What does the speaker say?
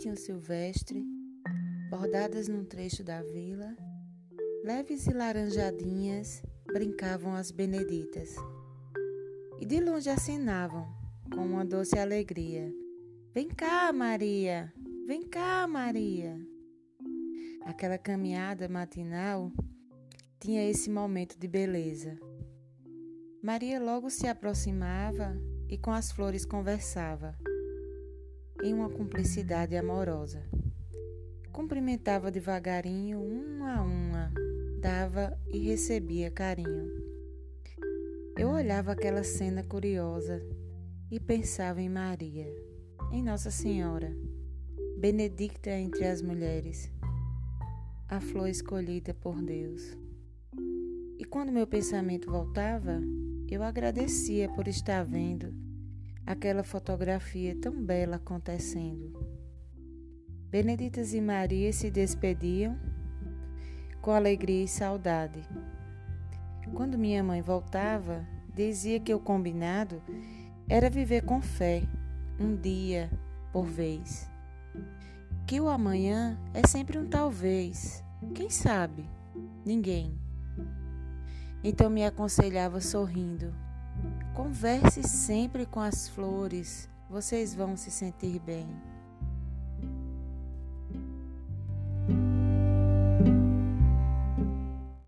tinham silvestre, bordadas num trecho da vila, leves e laranjadinhas, brincavam as beneditas. E de longe acenavam, com uma doce alegria: "Vem cá, Maria! Vem cá, Maria!" Aquela caminhada matinal tinha esse momento de beleza. Maria logo se aproximava e com as flores conversava, em uma cumplicidade amorosa. Cumprimentava devagarinho, uma a uma, dava e recebia carinho. Eu olhava aquela cena curiosa e pensava em Maria, em Nossa Senhora, benedicta entre as mulheres, a flor escolhida por Deus. E quando meu pensamento voltava, eu agradecia por estar vendo aquela fotografia tão bela acontecendo. Beneditas e Maria se despediam com alegria e saudade. Quando minha mãe voltava, dizia que o combinado era viver com fé, um dia por vez. Que o amanhã é sempre um talvez, quem sabe? Ninguém. Então me aconselhava sorrindo: converse sempre com as flores, vocês vão se sentir bem.